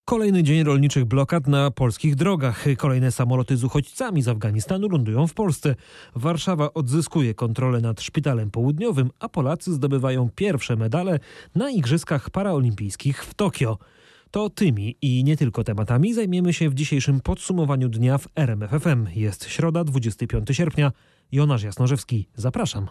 Kolejny dzień rolniczych blokad na polskich drogach. Kolejne samoloty z uchodźcami z Afganistanu lądują w Polsce. Warszawa odzyskuje kontrolę nad Szpitalem Południowym, a Polacy zdobywają pierwsze medale na Igrzyskach Paraolimpijskich w Tokio. To tymi i nie tylko tematami zajmiemy się w dzisiejszym podsumowaniu dnia w RMF FM. Jest środa, 25 sierpnia. Jonasz Jasnorzewski, zapraszam.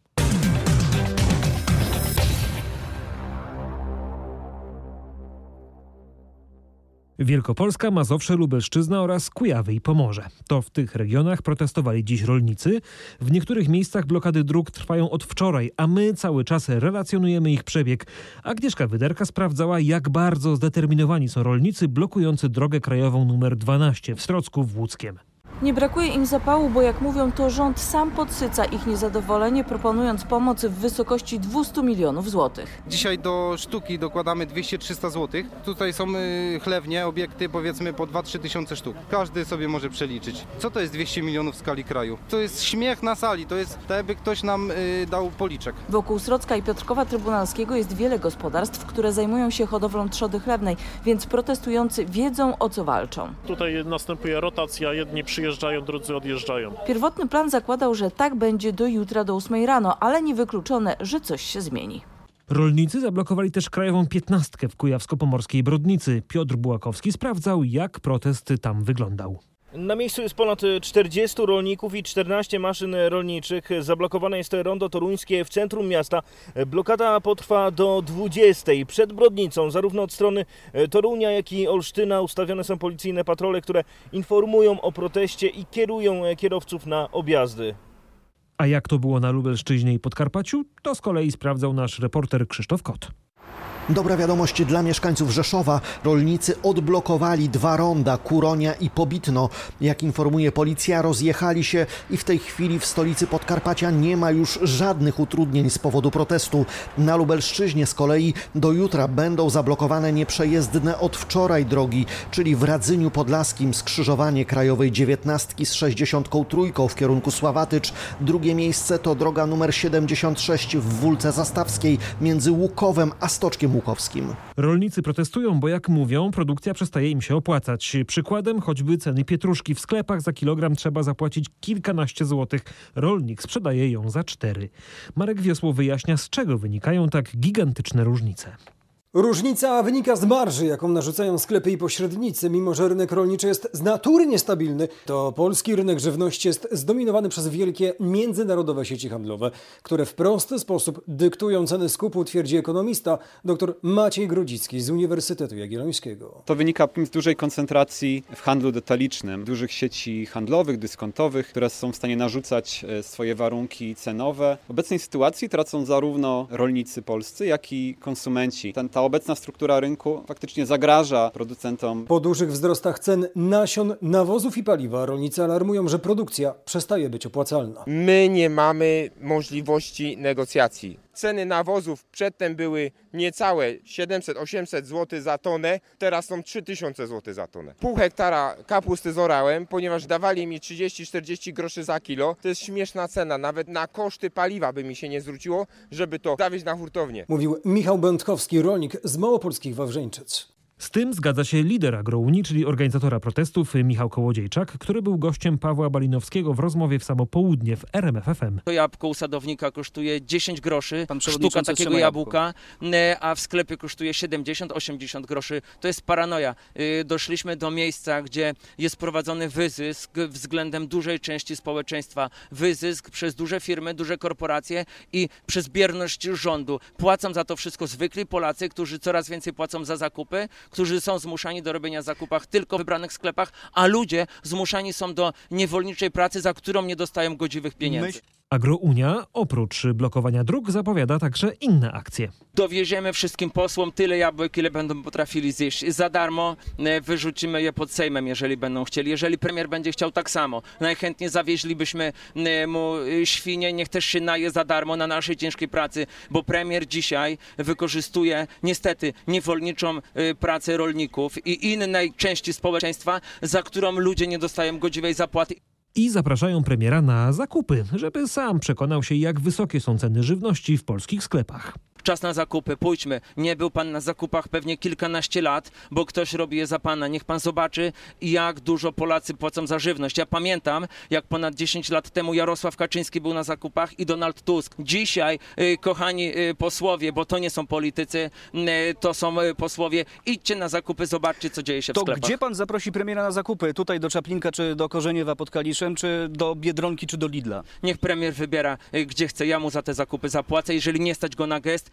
Wielkopolska, Mazowsze, Lubelszczyzna oraz Kujawy i Pomorze. To w tych regionach protestowali dziś rolnicy. W niektórych miejscach blokady dróg trwają od wczoraj, a my cały czas relacjonujemy ich przebieg. Agnieszka Wyderka sprawdzała, jak bardzo zdeterminowani są rolnicy blokujący drogę krajową nr 12 w Strocku w Łódzkiem. Nie brakuje im zapału, bo jak mówią, to rząd sam podsyca ich niezadowolenie, proponując pomoc w wysokości 200 milionów złotych. Dzisiaj do sztuki dokładamy 200-300 zł. Tutaj są chlewnie, obiekty powiedzmy po 2-3 tysiące sztuk. Każdy sobie może przeliczyć. Co to jest 200 milionów w skali kraju? To jest śmiech na sali, to jest tak, jakby ktoś nam dał policzek. Wokół Srocka i Piotrkowa Trybunalskiego jest wiele gospodarstw, które zajmują się hodowlą trzody chlewnej, więc protestujący wiedzą, o co walczą. Tutaj następuje rotacja, jedni przyjeżdżają, drudzy odjeżdżają. Pierwotny plan zakładał, że tak będzie do jutra do 8 rano, ale niewykluczone, że coś się zmieni. Rolnicy zablokowali też krajową 15 w kujawsko-pomorskiej Brodnicy. Piotr Bułakowski sprawdzał, jak protest tam wyglądał. Na miejscu jest ponad 40 rolników i 14 maszyn rolniczych. Zablokowane jest rondo toruńskie w centrum miasta. Blokada potrwa do 20. Przed Brodnicą, zarówno od strony Torunia, jak i Olsztyna, ustawione są policyjne patrole, które informują o proteście i kierują kierowców na objazdy. A jak to było na Lubelszczyźnie i Podkarpaciu, to z kolei sprawdzał nasz reporter Krzysztof Kot. Dobra wiadomość dla mieszkańców Rzeszowa. Rolnicy odblokowali 2 ronda, Kuronia i Pobitno. Jak informuje policja, rozjechali się i w tej chwili w stolicy Podkarpacia nie ma już żadnych utrudnień z powodu protestu. Na Lubelszczyźnie z kolei do jutra będą zablokowane nieprzejezdne od wczoraj drogi, czyli w Radzyniu Podlaskim skrzyżowanie krajowej 19 z 63 w kierunku Sławatycz. Drugie miejsce to droga numer 76 w Wólce Zastawskiej między Łukowem a Stoczkiem Łukowskim. Rolnicy protestują, bo jak mówią, produkcja przestaje im się opłacać. Przykładem choćby ceny pietruszki. W sklepach za kilogram trzeba zapłacić kilkanaście złotych. Rolnik sprzedaje ją za 4. Marek Wiosło wyjaśnia, z czego wynikają tak gigantyczne różnice. Różnica wynika z marży, jaką narzucają sklepy i pośrednicy. Mimo że rynek rolniczy jest z natury niestabilny, to polski rynek żywności jest zdominowany przez wielkie międzynarodowe sieci handlowe, które w prosty sposób dyktują ceny skupu, twierdzi ekonomista dr Maciej Grodzicki z Uniwersytetu Jagiellońskiego. To wynika z dużej koncentracji w handlu detalicznym, dużych sieci handlowych, dyskontowych, które są w stanie narzucać swoje warunki cenowe. W obecnej sytuacji tracą zarówno rolnicy polscy, jak i konsumenci. Ta obecna struktura rynku faktycznie zagraża producentom. Po dużych wzrostach cen nasion, nawozów i paliwa rolnicy alarmują, że produkcja przestaje być opłacalna. My nie mamy możliwości negocjacji. Ceny nawozów przedtem były niecałe 700-800 zł za tonę, teraz są 3000 zł za tonę. Pół hektara kapusty zorałem, ponieważ dawali mi 30-40 groszy za kilo. To jest śmieszna cena, nawet na koszty paliwa by mi się nie zwróciło, żeby to zawieźć na hurtownię. Mówił Michał Będkowski, rolnik z małopolskich Wawrzyńczyc. Z tym zgadza się lider Agrounii, czyli organizatora protestów Michał Kołodziejczak, który był gościem Pawła Balinowskiego w rozmowie w samo południe w RMF FM. To jabłko u sadownika kosztuje 10 groszy, sztuka takiego jabłka, a w sklepie kosztuje 70-80 groszy. To jest paranoja. Doszliśmy do miejsca, gdzie jest prowadzony wyzysk względem dużej części społeczeństwa. Wyzysk przez duże firmy, duże korporacje i przez bierność rządu. Płacą za to wszystko zwykli Polacy, którzy coraz więcej płacą za zakupy, którzy są zmuszani do robienia zakupów tylko w wybranych sklepach, a ludzie zmuszani są do niewolniczej pracy, za którą nie dostają godziwych pieniędzy. Agrounia oprócz blokowania dróg zapowiada także inne akcje. Dowieziemy wszystkim posłom tyle jabłek, ile będą potrafili zjeść. Za darmo wyrzucimy je pod Sejmem, jeżeli będą chcieli. Jeżeli premier będzie chciał, tak samo. Najchętniej zawieźlibyśmy mu świnie, niech też się naje za darmo na naszej ciężkiej pracy, bo premier dzisiaj wykorzystuje niestety niewolniczą pracę rolników i innej części społeczeństwa, za którą ludzie nie dostają godziwej zapłaty. I zapraszają premiera na zakupy, żeby sam przekonał się, jak wysokie są ceny żywności w polskich sklepach. czas na zakupy, pójdźmy. Nie był pan na zakupach pewnie kilkanaście lat, bo ktoś robi je za pana. Niech pan zobaczy, jak dużo Polacy płacą za żywność. Ja pamiętam, jak ponad 10 lat temu Jarosław Kaczyński był na zakupach i Donald Tusk. Dzisiaj, kochani posłowie, bo to nie są politycy, to są posłowie, idźcie na zakupy, zobaczcie, co dzieje się w sklepach. To gdzie pan zaprosi premiera na zakupy? Tutaj do Czaplinka, czy do Korzeniewa pod Kaliszem, czy do Biedronki, czy do Lidla? Niech premier wybiera, gdzie chce. Ja mu za te zakupy zapłacę, jeżeli nie stać go na gest.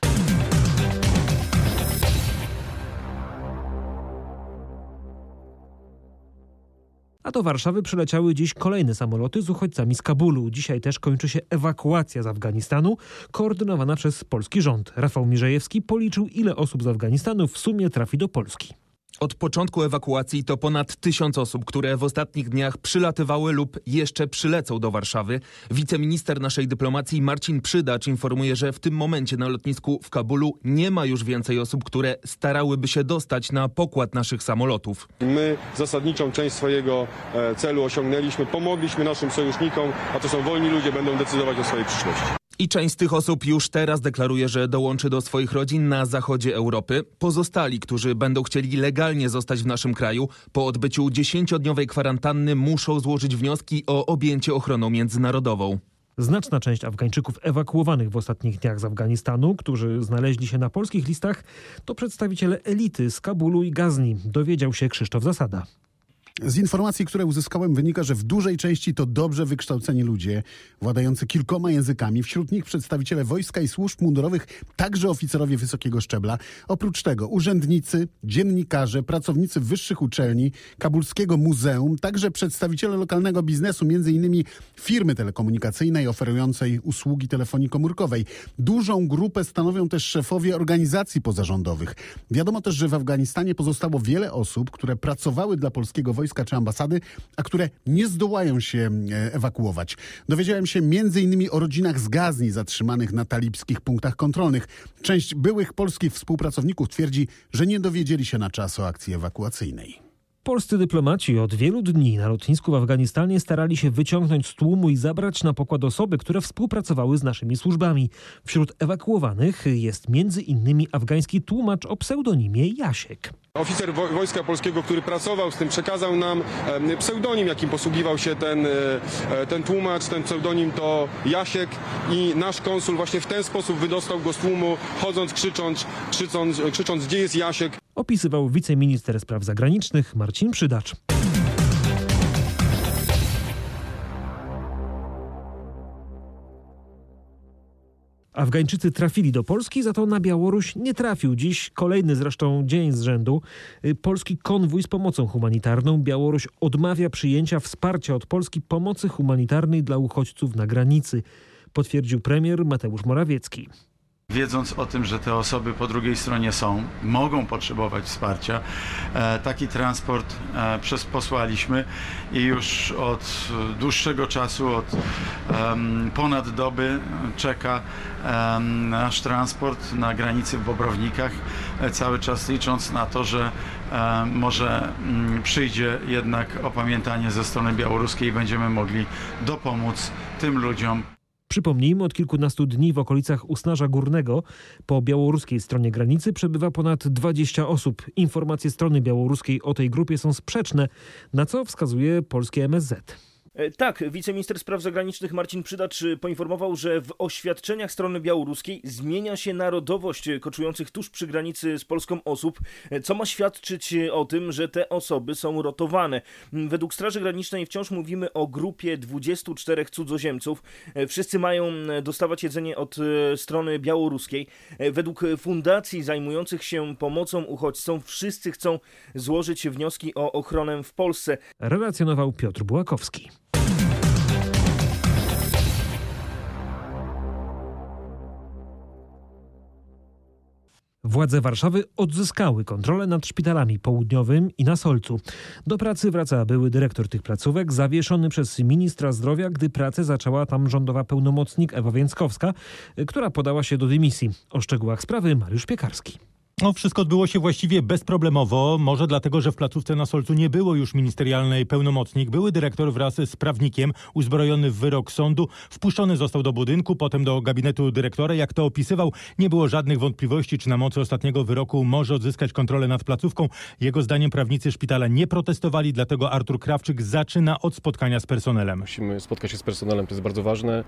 A do Warszawy przyleciały dziś kolejne samoloty z uchodźcami z Kabulu. Dzisiaj też kończy się ewakuacja z Afganistanu, koordynowana przez polski rząd. Rafał Mirzejewski policzył, ile osób z Afganistanu w sumie trafi do Polski. Od początku ewakuacji to ponad 1000 osób, które w ostatnich dniach przylatywały lub jeszcze przylecą do Warszawy. Wiceminister naszej dyplomacji Marcin Przydacz informuje, że w tym momencie na lotnisku w Kabulu nie ma już więcej osób, które starałyby się dostać na pokład naszych samolotów. My zasadniczą część swojego celu osiągnęliśmy, pomogliśmy naszym sojusznikom, a to są wolni ludzie, będą decydować o swojej przyszłości. I część z tych osób już teraz deklaruje, że dołączy do swoich rodzin na zachodzie Europy. Pozostali, którzy będą chcieli legalnie zostać w naszym kraju, po odbyciu 10-dniowej kwarantanny muszą złożyć wnioski o objęcie ochroną międzynarodową. Znaczna część Afgańczyków ewakuowanych w ostatnich dniach z Afganistanu, którzy znaleźli się na polskich listach, to przedstawiciele elity z Kabulu i Gazni, dowiedział się Krzysztof Zasada. Z informacji, które uzyskałem, wynika, że w dużej części to dobrze wykształceni ludzie, władający kilkoma językami, wśród nich przedstawiciele wojska i służb mundurowych, także oficerowie wysokiego szczebla. Oprócz tego urzędnicy, dziennikarze, pracownicy wyższych uczelni, kabulskiego muzeum, także przedstawiciele lokalnego biznesu, m.in. firmy telekomunikacyjnej oferującej usługi telefonii komórkowej. Dużą grupę stanowią też szefowie organizacji pozarządowych. Wiadomo też, że w Afganistanie pozostało wiele osób, które pracowały dla polskiego wojska czy ambasady, a które nie zdołają się ewakuować. Dowiedziałem się m.in. o rodzinach z Gazni zatrzymanych na talibskich punktach kontrolnych. Część byłych polskich współpracowników twierdzi, że nie dowiedzieli się na czas o akcji ewakuacyjnej. Polscy dyplomaci od wielu dni na lotnisku w Afganistanie starali się wyciągnąć z tłumu i zabrać na pokład osoby, które współpracowały z naszymi służbami. Wśród ewakuowanych jest m.in. afgański tłumacz o pseudonimie Jasiek. Oficer Wojska Polskiego, który pracował z tym, przekazał nam pseudonim, jakim posługiwał się ten tłumacz. Ten pseudonim to Jasiek i nasz konsul właśnie w ten sposób wydostał go z tłumu, chodząc, krzycząc, gdzie jest Jasiek. Opisywał wiceminister spraw zagranicznych Marcin Przydacz. Afgańczycy trafili do Polski, za to na Białoruś nie trafił. Dziś kolejny zresztą dzień z rzędu. Polski konwój z pomocą humanitarną. Białoruś odmawia przyjęcia wsparcia od Polski pomocy humanitarnej dla uchodźców na granicy, potwierdził premier Mateusz Morawiecki. Wiedząc o tym, że te osoby po drugiej stronie mogą potrzebować wsparcia, taki transport posłaliśmy i już od dłuższego czasu, od ponad doby czeka nasz transport na granicy w Bobrownikach, cały czas licząc na to, że może przyjdzie jednak opamiętanie ze strony białoruskiej i będziemy mogli dopomóc tym ludziom. Przypomnijmy, od kilkunastu dni w okolicach Usnarza Górnego po białoruskiej stronie granicy przebywa ponad 20 osób. Informacje strony białoruskiej o tej grupie są sprzeczne, na co wskazuje polskie MSZ. Tak, wiceminister spraw zagranicznych Marcin Przydacz poinformował, że w oświadczeniach strony białoruskiej zmienia się narodowość koczujących tuż przy granicy z Polską osób, co ma świadczyć o tym, że te osoby są rotowane. Według Straży Granicznej wciąż mówimy o grupie 24 cudzoziemców. Wszyscy mają dostawać jedzenie od strony białoruskiej. Według fundacji zajmujących się pomocą uchodźcom wszyscy chcą złożyć wnioski o ochronę w Polsce. Relacjonował Piotr Bułakowski. Władze Warszawy odzyskały kontrolę nad szpitalami Południowym i na Solcu. Do pracy wraca były dyrektor tych placówek, zawieszony przez ministra zdrowia, gdy pracę zaczęła tam rządowa pełnomocnik Ewa Więckowska, która podała się do dymisji. O szczegółach sprawy Mariusz Piekarski. Wszystko odbyło się właściwie bezproblemowo, może dlatego, że w placówce na Solcu nie było już ministerialnej pełnomocnik. Były dyrektor wraz z prawnikiem, uzbrojony w wyrok sądu, wpuszczony został do budynku, potem do gabinetu dyrektora. Jak to opisywał, nie było żadnych wątpliwości, czy na mocy ostatniego wyroku może odzyskać kontrolę nad placówką. Jego zdaniem prawnicy szpitala nie protestowali, dlatego Artur Krawczyk zaczyna od spotkania z personelem. Musimy spotkać się z personelem, to jest bardzo ważne.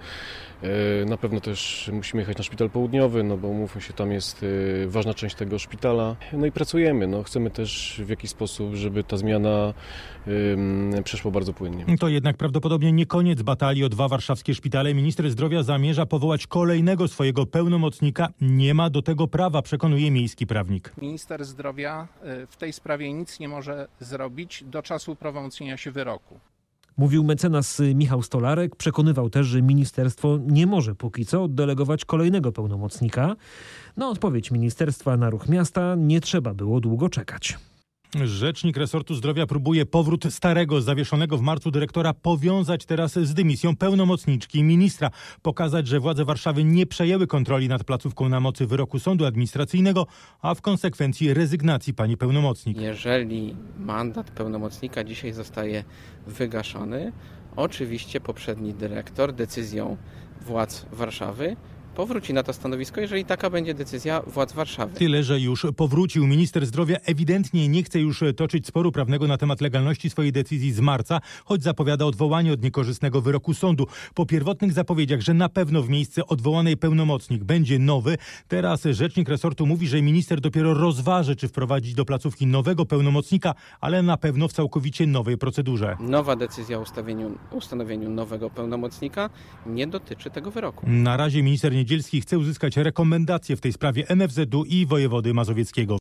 Na pewno też musimy jechać na szpital południowy, bo umówmy się, tam jest ważna część tego szpitala. I pracujemy. Chcemy też w jakiś sposób, żeby ta zmiana przeszła bardzo płynnie. To jednak prawdopodobnie nie koniec batalii o 2 warszawskie szpitale. Minister zdrowia zamierza powołać kolejnego swojego pełnomocnika. Nie ma do tego prawa, przekonuje miejski prawnik. Minister zdrowia w tej sprawie nic nie może zrobić do czasu uprawomocnienia się wyroku. Mówił mecenas Michał Stolarek. Przekonywał też, że ministerstwo nie może póki co oddelegować kolejnego pełnomocnika. Na odpowiedź ministerstwa na ruch miasta nie trzeba było długo czekać. Rzecznik resortu zdrowia próbuje powrót starego, zawieszonego w marcu dyrektora powiązać teraz z dymisją pełnomocniczki ministra. Pokazać, że władze Warszawy nie przejęły kontroli nad placówką na mocy wyroku sądu administracyjnego, a w konsekwencji rezygnacji pani pełnomocnik. Jeżeli mandat pełnomocnika dzisiaj zostaje wygaszony, oczywiście poprzedni dyrektor decyzją władz Warszawy powróci na to stanowisko, jeżeli taka będzie decyzja władz Warszawy. Tyle, że już powrócił. Minister zdrowia ewidentnie nie chce już toczyć sporu prawnego na temat legalności swojej decyzji z marca, choć zapowiada odwołanie od niekorzystnego wyroku sądu. Po pierwotnych zapowiedziach, że na pewno w miejsce odwołanej pełnomocnik będzie nowy, teraz rzecznik resortu mówi, że minister dopiero rozważy, czy wprowadzić do placówki nowego pełnomocnika, ale na pewno w całkowicie nowej procedurze. Nowa decyzja o ustanowieniu nowego pełnomocnika nie dotyczy tego wyroku. Na razie minister Niedzielski chce uzyskać rekomendacje w tej sprawie NFZ-u i wojewody mazowieckiego.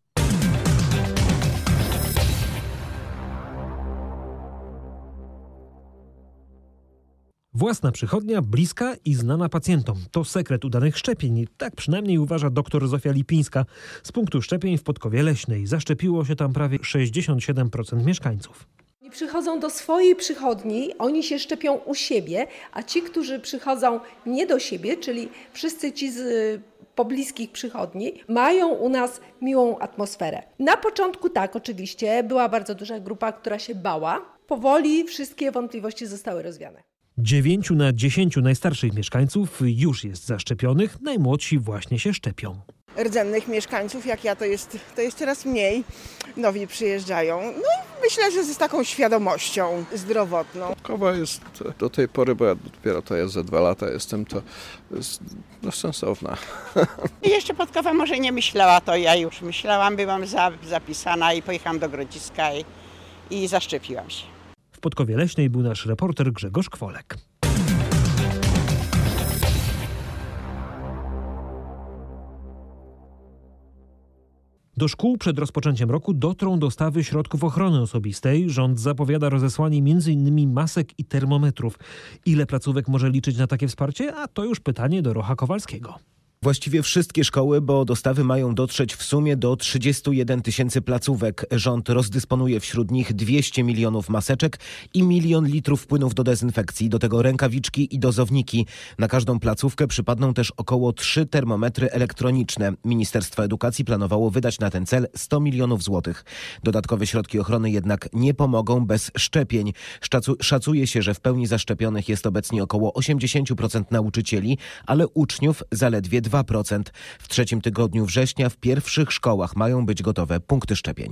Własna przychodnia, bliska i znana pacjentom. To sekret udanych szczepień. Tak przynajmniej uważa dr Zofia Lipińska. Z punktu szczepień w Podkowie Leśnej zaszczepiło się tam prawie 67% mieszkańców. Przychodzą do swojej przychodni, oni się szczepią u siebie, a ci, którzy przychodzą nie do siebie, czyli wszyscy ci z pobliskich przychodni, mają u nas miłą atmosferę. Na początku tak, oczywiście, była bardzo duża grupa, która się bała. Powoli wszystkie wątpliwości zostały rozwiane. 9 na 10 najstarszych mieszkańców już jest zaszczepionych, najmłodsi właśnie się szczepią. Rdzennych mieszkańców, jak ja, to jest coraz mniej. Nowi przyjeżdżają. No i myślę, że z taką świadomością zdrowotną. Podkowa jest do tej pory, bo ja dopiero to jest za 2 lata jestem, to jest sensowna. Jeszcze Podkowa może nie myślała, to ja już myślałam, byłam zapisana i pojechałam do Grodziska i zaszczepiłam się. W Podkowie Leśnej był nasz reporter Grzegorz Kwolek. Do szkół przed rozpoczęciem roku dotrą dostawy środków ochrony osobistej. Rząd zapowiada rozesłanie m.in. masek i termometrów. Ile placówek może liczyć na takie wsparcie? A to już pytanie do Rocha Kowalskiego. Właściwie wszystkie szkoły, bo dostawy mają dotrzeć w sumie do 31 000 placówek. Rząd rozdysponuje wśród nich 200 milionów maseczek i 1 000 000 litrów płynów do dezynfekcji, do tego rękawiczki i dozowniki. Na każdą placówkę przypadną też około 3 termometry elektroniczne. Ministerstwo Edukacji planowało wydać na ten cel 100 milionów złotych. Dodatkowe środki ochrony jednak nie pomogą bez szczepień. Szacuje się, że w pełni zaszczepionych jest obecnie około 80% nauczycieli, ale uczniów zaledwie 2%. W 3. tygodniu września w pierwszych szkołach mają być gotowe punkty szczepień.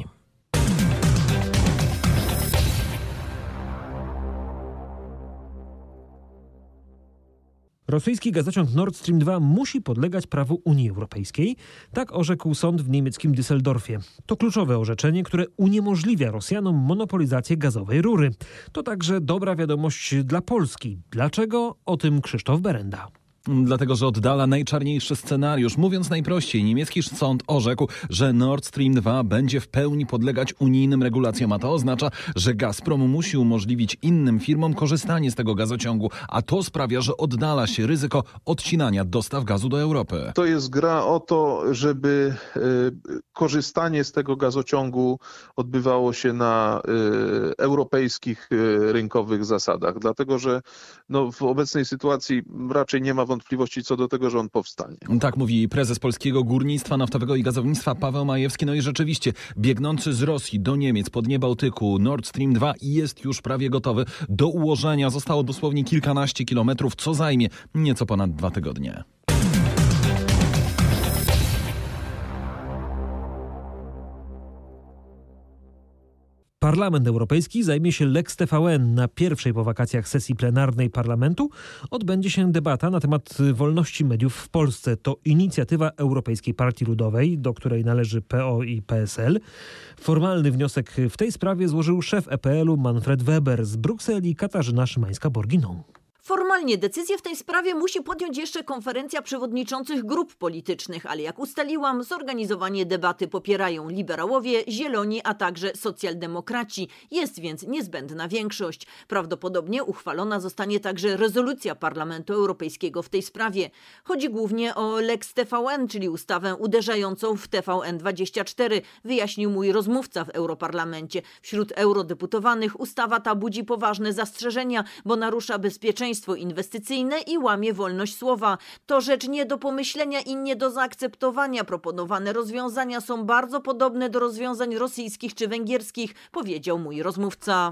Rosyjski gazociąg Nord Stream 2 musi podlegać prawu Unii Europejskiej. Tak orzekł sąd w niemieckim Düsseldorfie. To kluczowe orzeczenie, które uniemożliwia Rosjanom monopolizację gazowej rury. To także dobra wiadomość dla Polski. Dlaczego? O tym Krzysztof Berenda. Dlatego, że oddala najczarniejszy scenariusz. Mówiąc najprościej, niemiecki sąd orzekł, że Nord Stream 2 będzie w pełni podlegać unijnym regulacjom, a to oznacza, że Gazprom musi umożliwić innym firmom korzystanie z tego gazociągu, a to sprawia, że oddala się ryzyko odcinania dostaw gazu do Europy. To jest gra o to, żeby korzystanie z tego gazociągu odbywało się na europejskich rynkowych zasadach, dlatego że w obecnej sytuacji raczej nie ma wątpliwości, wątpliwości co do tego, że on powstanie. Tak mówi prezes Polskiego Górnictwa Naftowego i Gazownictwa Paweł Majewski. No i rzeczywiście biegnący z Rosji do Niemiec po dnie Bałtyku Nord Stream 2 jest już prawie gotowy do ułożenia. Zostało dosłownie kilkanaście kilometrów, co zajmie nieco ponad 2 tygodnie. Parlament Europejski zajmie się Lex TVN. Na pierwszej po wakacjach sesji plenarnej Parlamentu odbędzie się debata na temat wolności mediów w Polsce. To inicjatywa Europejskiej Partii Ludowej, do której należy PO i PSL. Formalny wniosek w tej sprawie złożył szef EPL-u Manfred Weber. Z Brukseli Katarzyna Szymańska-Borginą. Formalnie decyzję w tej sprawie musi podjąć jeszcze konferencja przewodniczących grup politycznych, ale jak ustaliłam, zorganizowanie debaty popierają liberałowie, zieloni, a także socjaldemokraci. Jest więc niezbędna większość. Prawdopodobnie uchwalona zostanie także rezolucja Parlamentu Europejskiego w tej sprawie. Chodzi głównie o Lex TVN, czyli ustawę uderzającą w TVN24, wyjaśnił mój rozmówca w Europarlamencie. Wśród eurodeputowanych ustawa ta budzi poważne zastrzeżenia, bo narusza bezpieczeństwo inwestycyjne i łamie wolność słowa. To rzecz nie do pomyślenia i nie do zaakceptowania. Proponowane rozwiązania są bardzo podobne do rozwiązań rosyjskich czy węgierskich, powiedział mój rozmówca.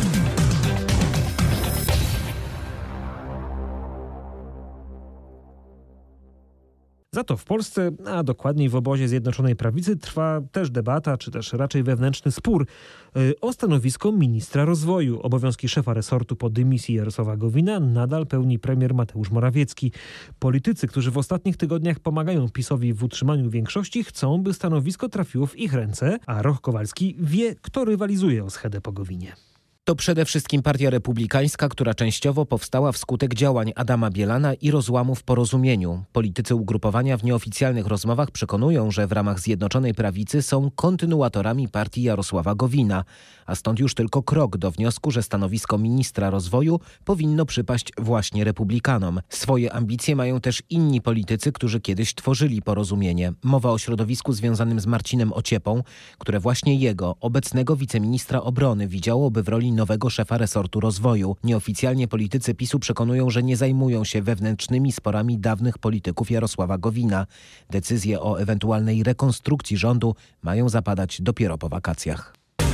Za to w Polsce, a dokładniej w obozie Zjednoczonej Prawicy, trwa też debata, czy też raczej wewnętrzny spór o stanowisko ministra rozwoju. Obowiązki szefa resortu po dymisji Jarosława Gowina nadal pełni premier Mateusz Morawiecki. Politycy, którzy w ostatnich tygodniach pomagają PiS-owi w utrzymaniu większości, chcą, by stanowisko trafiło w ich ręce, a Roch Kowalski wie, kto rywalizuje o schedę po Gowinie. To przede wszystkim Partia Republikańska, która częściowo powstała wskutek działań Adama Bielana i rozłamu w Porozumieniu. Politycy ugrupowania w nieoficjalnych rozmowach przekonują, że w ramach Zjednoczonej Prawicy są kontynuatorami partii Jarosława Gowina, a stąd już tylko krok do wniosku, że stanowisko ministra rozwoju powinno przypaść właśnie Republikanom. Swoje ambicje mają też inni politycy, którzy kiedyś tworzyli Porozumienie. Mowa o środowisku związanym z Marcinem Ociepą, które właśnie jego, obecnego wiceministra obrony, widziałoby w roli nowego szefa resortu rozwoju. Nieoficjalnie politycy PiS-u przekonują, że nie zajmują się wewnętrznymi sporami dawnych polityków Jarosława Gowina. Decyzje o ewentualnej rekonstrukcji rządu mają zapadać dopiero po wakacjach.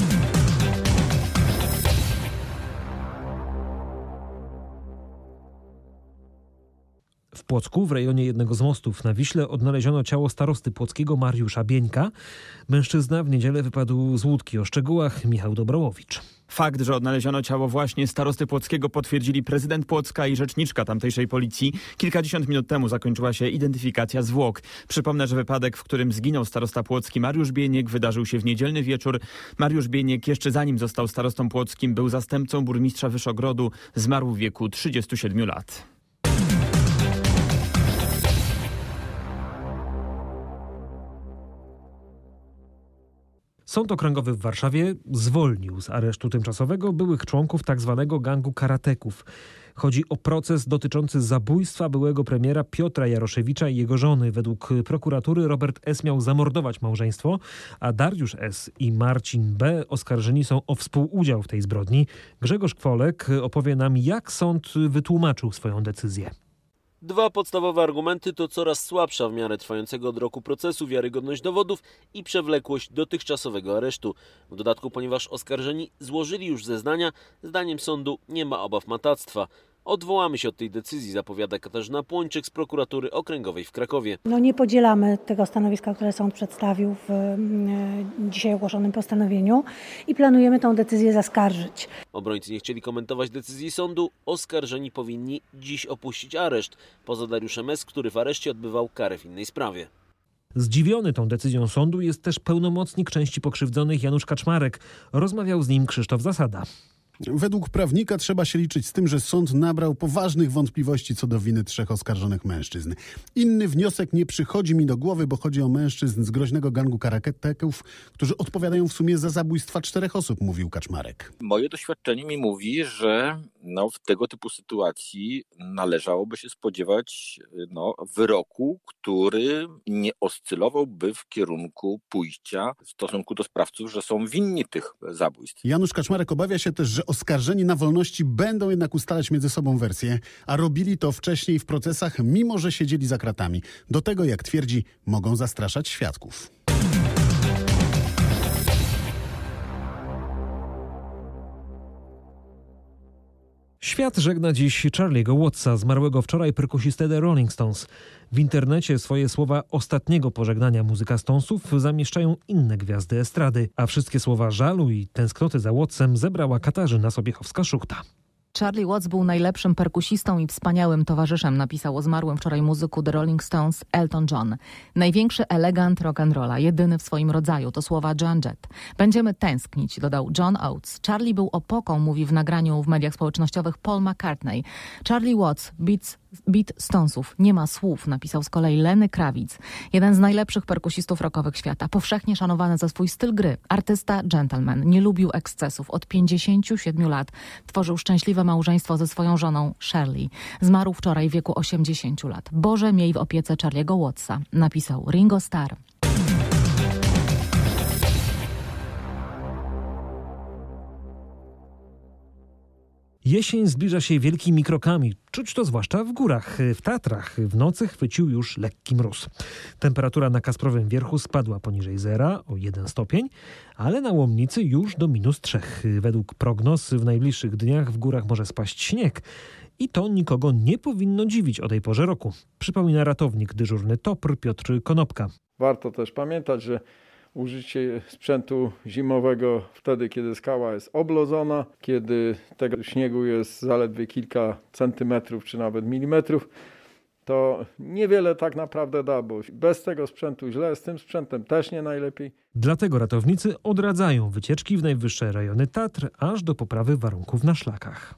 W Płocku, w rejonie jednego z mostów na Wiśle, odnaleziono ciało starosty płockiego Mariusza Bieńka. Mężczyzna w niedzielę wypadł z łódki. O szczegółach Michał Dobrołowicz. Fakt, że odnaleziono ciało właśnie starosty płockiego, potwierdzili prezydent Płocka i rzeczniczka tamtejszej policji. Kilkadziesiąt minut temu zakończyła się identyfikacja zwłok. Przypomnę, że wypadek, w którym zginął starosta płocki Mariusz Bieniek, wydarzył się w niedzielny wieczór. Mariusz Bieniek jeszcze zanim został starostą płockim, był zastępcą burmistrza Wyszogrodu. Zmarł w wieku 37 lat. Sąd okręgowy w Warszawie zwolnił z aresztu tymczasowego byłych członków tzw. gangu karateków. Chodzi o proces dotyczący zabójstwa byłego premiera Piotra Jaroszewicza i jego żony. Według prokuratury Robert S. miał zamordować małżeństwo, a Dariusz S. i Marcin B. oskarżeni są o współudział w tej zbrodni. Grzegorz Kwolek opowie nam, jak sąd wytłumaczył swoją decyzję. Dwa podstawowe argumenty to coraz słabsza w miarę trwającego od roku procesu wiarygodność dowodów i przewlekłość dotychczasowego aresztu. W dodatku, ponieważ oskarżeni złożyli już zeznania, zdaniem sądu nie ma obaw matactwa. Odwołamy się od tej decyzji, zapowiada Katarzyna Płończyk z prokuratury okręgowej w Krakowie. Nie podzielamy tego stanowiska, które sąd przedstawił w dzisiaj ogłoszonym postanowieniu i planujemy tę decyzję zaskarżyć. Obrońcy nie chcieli komentować decyzji sądu. Oskarżeni powinni dziś opuścić areszt, poza Dariuszem S., który w areszcie odbywał karę w innej sprawie. Zdziwiony tą decyzją sądu jest też pełnomocnik części pokrzywdzonych Janusz Kaczmarek. Rozmawiał z nim Krzysztof Zasada. Według prawnika trzeba się liczyć z tym, że sąd nabrał poważnych wątpliwości co do winy 3 oskarżonych mężczyzn. Inny wniosek nie przychodzi mi do głowy, bo chodzi o mężczyzn z groźnego gangu karateków, którzy odpowiadają w sumie za zabójstwa 4 osób, mówił Kaczmarek. Moje doświadczenie mi mówi, że w tego typu sytuacji należałoby się spodziewać wyroku, który nie oscylowałby w kierunku pójścia w stosunku do sprawców, że są winni tych zabójstw. Janusz Kaczmarek obawia się też, że że oskarżeni na wolności będą jednak ustalać między sobą wersje, a robili to wcześniej w procesach, mimo że siedzieli za kratami. Do tego, jak twierdzi, mogą zastraszać świadków. Świat żegna dziś Charlie'ego Wattsa, zmarłego wczoraj perkusistę The Rolling Stones. W internecie swoje słowa ostatniego pożegnania muzyka Stonesów zamieszczają inne gwiazdy estrady, a wszystkie słowa żalu i tęsknoty za Wattsem zebrała Katarzyna Sobiechowska-Szuchta. Charlie Watts był najlepszym perkusistą i wspaniałym towarzyszem, napisał o zmarłym wczoraj muzyku The Rolling Stones Elton John. Największy elegant rock'n'rolla, jedyny w swoim rodzaju, to słowa Joan Jett. Będziemy tęsknić, dodał John Oates. Charlie był opoką, mówi w nagraniu w mediach społecznościowych Paul McCartney. Charlie Watts, beat Stonesów, nie ma słów, napisał z kolei Lenny Kravitz. Jeden z najlepszych perkusistów rockowych świata, powszechnie szanowany za swój styl gry. Artysta, gentleman, nie lubił ekscesów. Od 57 lat tworzył szczęśliwe małżeństwo ze swoją żoną Shirley. Zmarł wczoraj w wieku 80 lat. Boże, miej w opiece Charlie'ego Wattsa, napisał Ringo Starr. Jesień zbliża się wielkimi krokami. Czuć to zwłaszcza w górach. W Tatrach w nocy chwycił już lekki mróz. Temperatura na Kasprowym Wierchu spadła poniżej zera o 1 stopień, ale na Łomnicy już do -3. Według prognoz w najbliższych dniach w górach może spaść śnieg. I to nikogo nie powinno dziwić o tej porze roku. Przypomina ratownik dyżurny TOPR Piotr Konopka. Warto też pamiętać, że użycie sprzętu zimowego wtedy, kiedy skała jest oblodzona, kiedy tego śniegu jest zaledwie kilka centymetrów czy nawet milimetrów, to niewiele tak naprawdę da, bo bez tego sprzętu źle, z tym sprzętem też nie najlepiej. Dlatego ratownicy odradzają wycieczki w najwyższe rejony Tatr, aż do poprawy warunków na szlakach.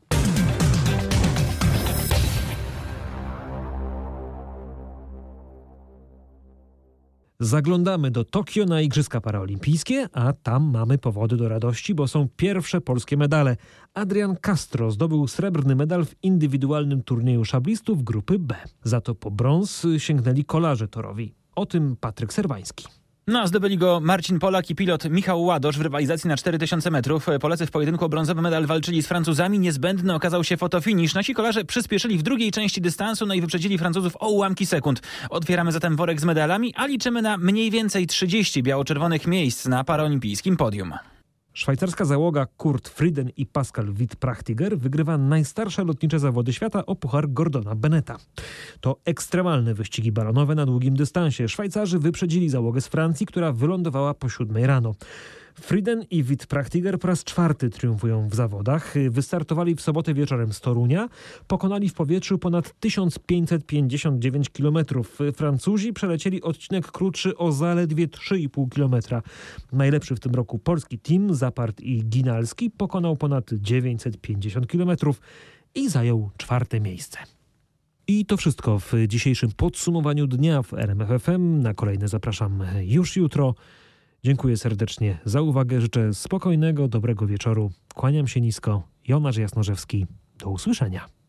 Zaglądamy do Tokio na Igrzyska Paraolimpijskie, a tam mamy powody do radości, bo są pierwsze polskie medale. Adrian Castro zdobył srebrny medal w indywidualnym turnieju szablistów grupy B. Za to po brąz sięgnęli kolarze torowi. O tym Patryk Serwański. No, zdobyli go Marcin Polak i pilot Michał Ładosz w rywalizacji na 4000 metrów. Polacy w pojedynku o brązowy medal walczyli z Francuzami. Niezbędny okazał się fotofinisz. Nasi kolarze przyspieszyli w drugiej części dystansu, no i wyprzedzili Francuzów o ułamki sekund. Otwieramy zatem worek z medalami, a liczymy na mniej więcej 30 biało-czerwonych miejsc na paraolimpijskim podium. Szwajcarska załoga Kurt Frieden i Pascal Witt-Prachtiger wygrywa najstarsze lotnicze zawody świata o puchar Gordona Bennetta. To ekstremalne wyścigi balonowe na długim dystansie. Szwajcarzy wyprzedzili załogę z Francji, która wylądowała po 7 rano. Frieden i Witt-Prachtiger po raz 4 triumfują w zawodach. Wystartowali w sobotę wieczorem z Torunia. Pokonali w powietrzu ponad 1559 km. Francuzi przelecieli odcinek krótszy o zaledwie 3,5 km. Najlepszy w tym roku polski team, Zapart i Ginalski, pokonał ponad 950 km i zajął 4. miejsce. I to wszystko w dzisiejszym podsumowaniu dnia w RMF FM. Na kolejne zapraszam już jutro. Dziękuję serdecznie za uwagę. Życzę spokojnego, dobrego wieczoru. Kłaniam się nisko. Jonasz Jasnorzewski. Do usłyszenia.